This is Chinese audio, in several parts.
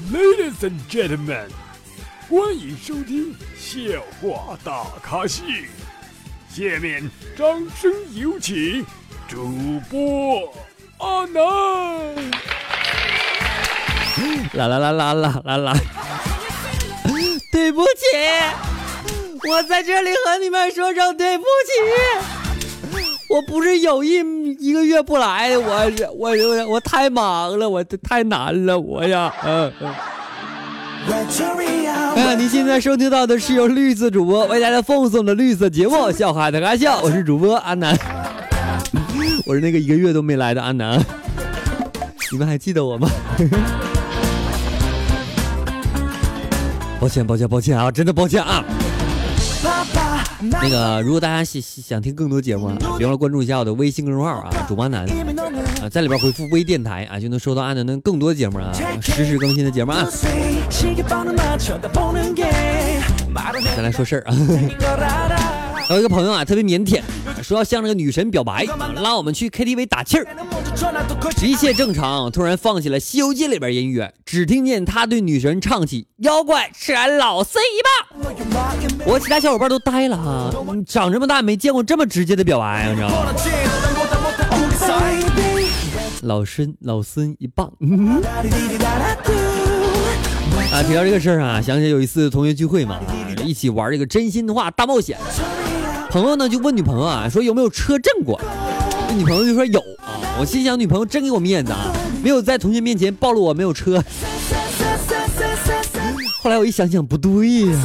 Ladies and gentlemen， 欢迎收听笑话大咖秀。下面掌声有请主播阿南。 啦，对不起，我在这里和你们说声对不起。我不是有意一个月不来，我太忙了，我太难了，我呀，哎呀，你现在收听到的是由绿色主播为大家奉送的绿色节目《笑话大咖笑》，我是主播阿南，我是那个一个月都没来的阿南，你们还记得我吗？抱歉啊，真的抱歉啊。那个，如果大家想听更多节目啊，别忘了关注一下我的微信公众号啊，主播阿南啊，在里边回复微电台啊，就能收到阿南的更多节目啊，实时更新的节目啊。再来说事儿啊，有一个朋友啊，特别腼腆，说要向那个女神表白，拉我们去 KTV 打气儿。一切正常，突然放起了《西游记》里边音乐，只听见他对女神唱起：“妖怪，吃俺老孙一棒！”我其他小伙伴都呆了哈，长这么大没见过这么直接的表白，你知道吗？老孙一棒。啊，提到这个事儿啊，想起有一次同学聚会嘛，一起玩这个真心话大冒险。朋友呢就问女朋友啊，说有没有车震过？女朋友就说有啊。我心想，女朋友真给我面子啊，没有在同学面前暴露我没有车。后来我一想想，不对呀。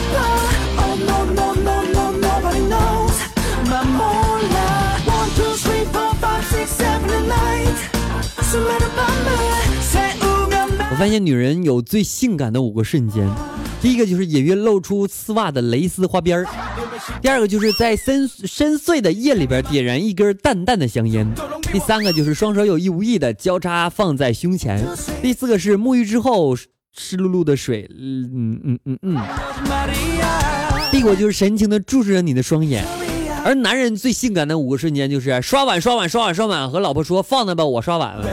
我发现女人有最性感的5个瞬间，第一个就是隐约露出丝袜的蕾丝花边，第二个就是在深邃的夜里边点燃一根淡淡的香烟，第三个就是双手有意无意的交叉放在胸前，第四个是沐浴之后湿漉漉的水，第五个就是神情的注视着你的双眼。而男人最性感的5个瞬间就是刷碗和老婆说放那吧，我刷碗了。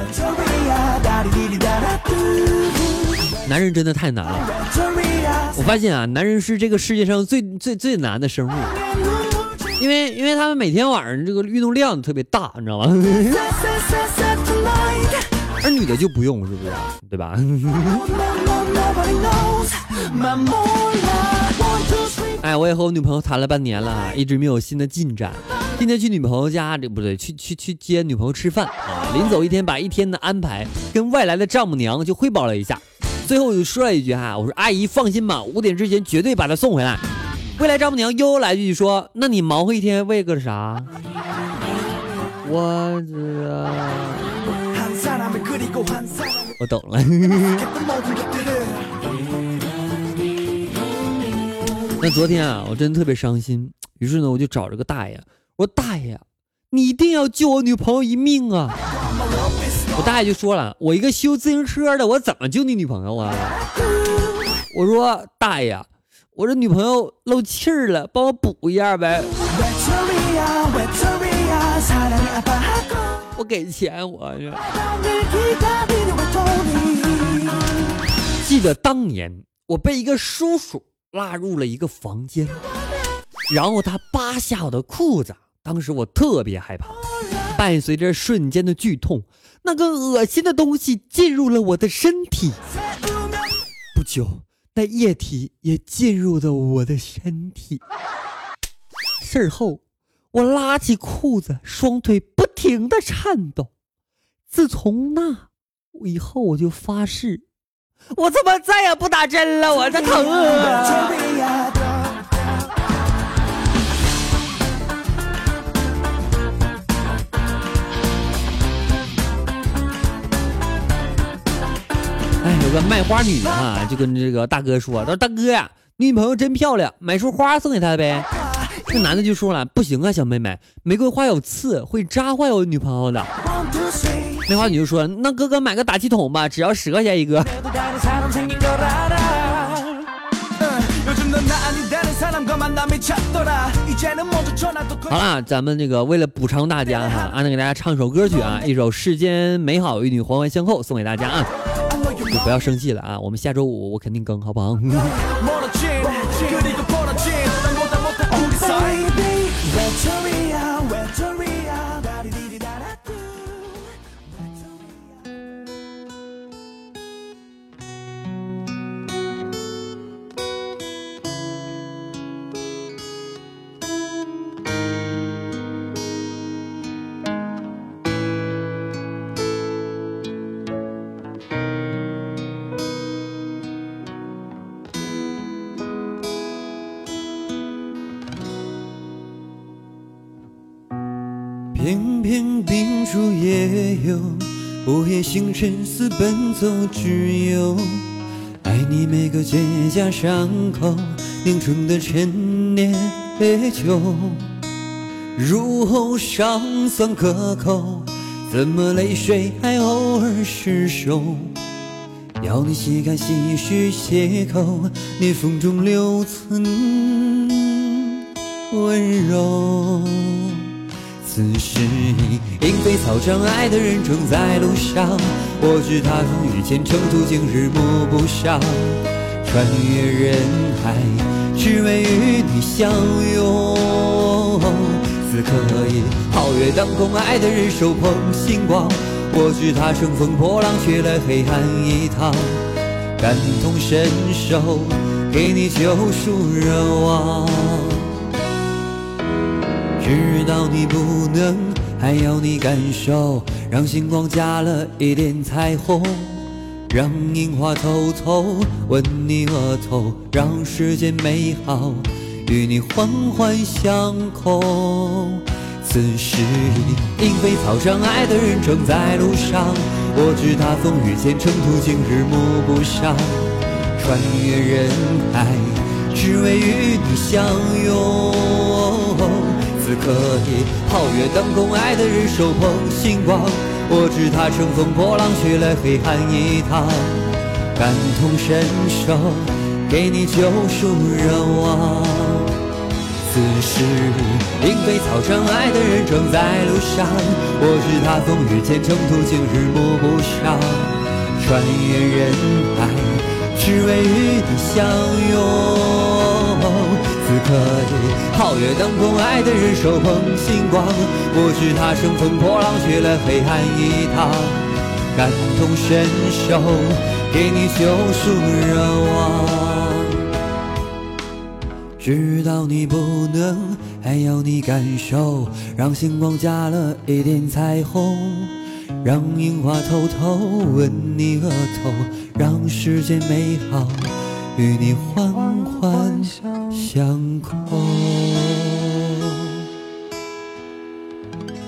男人真的太难了，我发现啊，男人是这个世界上最难的生物，因为他们每天晚上这个运动量特别大，你知道吗？而女的就不用，是不是？对吧？哎，我也和我女朋友谈了半年了，一直没有新的进展。今天去女朋友家，这不对，去接女朋友吃饭啊。临走一天，把一天的安排跟外来的丈母娘就汇报了一下。最后我就说了一句哈，我说阿姨放心吧，5点之前绝对把她送回来。未来丈母娘又来一句说，那你忙活一天为个啥？我懂了。那昨天啊，我真的特别伤心，于是呢，我就找这个大爷，我说大爷，你一定要救我女朋友一命啊！我大爷就说了，我一个修自行车的，我怎么救你女朋友啊？我说大爷，我这女朋友漏气儿了，帮我补一下呗。我给钱我。记得当年我被一个叔叔拉入了一个房间，然后他扒下我的裤子，当时我特别害怕，伴随着瞬间的剧痛，那个恶心的东西进入了我的身体，不久那液体也进入了我的身体。事后我拉起裤子，双腿不停地颤抖。自从那以后我就发誓，我他妈再也不打针了，我这疼啊！哎，有个卖花女啊，就跟这个大哥说，他说大哥呀，女朋友真漂亮，买束花送给她呗。这男的就说了，不行啊，小妹妹，玫瑰花有刺，会扎坏我女朋友的。那花女就说，那哥哥买个打气筒吧，只要10块钱一个。好了，咱们这个为了补偿大家哈，阿南给大家唱首歌曲啊，一首世间美好与你环环相扣，送给大家啊。 不要生气了啊，我们下周5我肯定更，好不好？ 偏偏冰树也有，午夜星辰似奔走之友。爱你每个结痂伤口凝成的陈年酒，入喉尚算可口，怎么泪水还偶尔失手？要你细看细叙邂逅，裂缝中留存温柔。此时莺飞草长，爱的人正在路上，我知他风雨兼程途经日暮不赏，穿越人海只为与你相拥。此刻已皓月当空，爱的人手捧星光，我知他乘风破浪却来黑暗一趟，感同身受给你救赎热望。知道你不能，还要你感受，让星光加了一点彩虹，让樱花偷偷吻你额头，让世间美好与你环环相扣。此时莺飞草长，爱的人正在路上，我知他风雨兼程途经日暮不赏，穿越人海只为与你相拥。此刻已皓月当空，爱的人手捧星光，我知他乘风破浪却来黑暗一趟，感同身受给你救赎热望。此时莺飞草长，爱的人正在路上，我知他风雨兼程途经日暮不赏，穿越人海只为与你相拥。此刻已皓月当空，爱的人手捧星光，我知他乘风破浪却来黑暗一趟，感同身受给你救赎热望。知道你不能，还要你感受，让星光加了一点彩虹，让樱花偷偷吻你额头，让世间美好与你环环相扣。